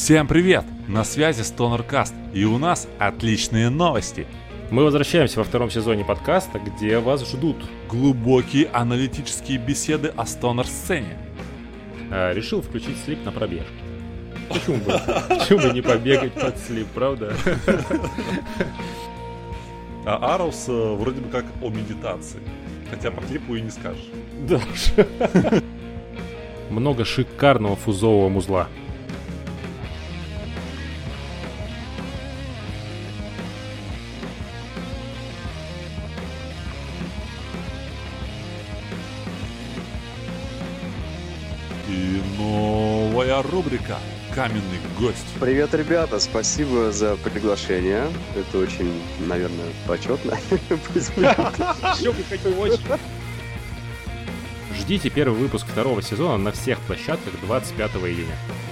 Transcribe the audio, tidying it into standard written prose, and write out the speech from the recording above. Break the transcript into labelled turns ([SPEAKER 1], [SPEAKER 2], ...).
[SPEAKER 1] Всем привет! На связи StonerCast, и у нас отличные новости.
[SPEAKER 2] Мы возвращаемся во втором сезоне подкаста, где вас ждут
[SPEAKER 1] глубокие аналитические беседы о стонер-сцене.
[SPEAKER 2] Решил включить слип на пробежке. Почему бы не побегать под слип, правда?
[SPEAKER 1] А Арус вроде бы как о медитации, хотя по клипу и не скажешь.
[SPEAKER 2] Да уж. Много шикарного фузового музла.
[SPEAKER 1] И новая рубрика «Каменный гость».
[SPEAKER 3] Привет, ребята, спасибо за приглашение. Это очень, наверное, почетно.
[SPEAKER 2] Ждите первый выпуск второго сезона на всех площадках 25 июня.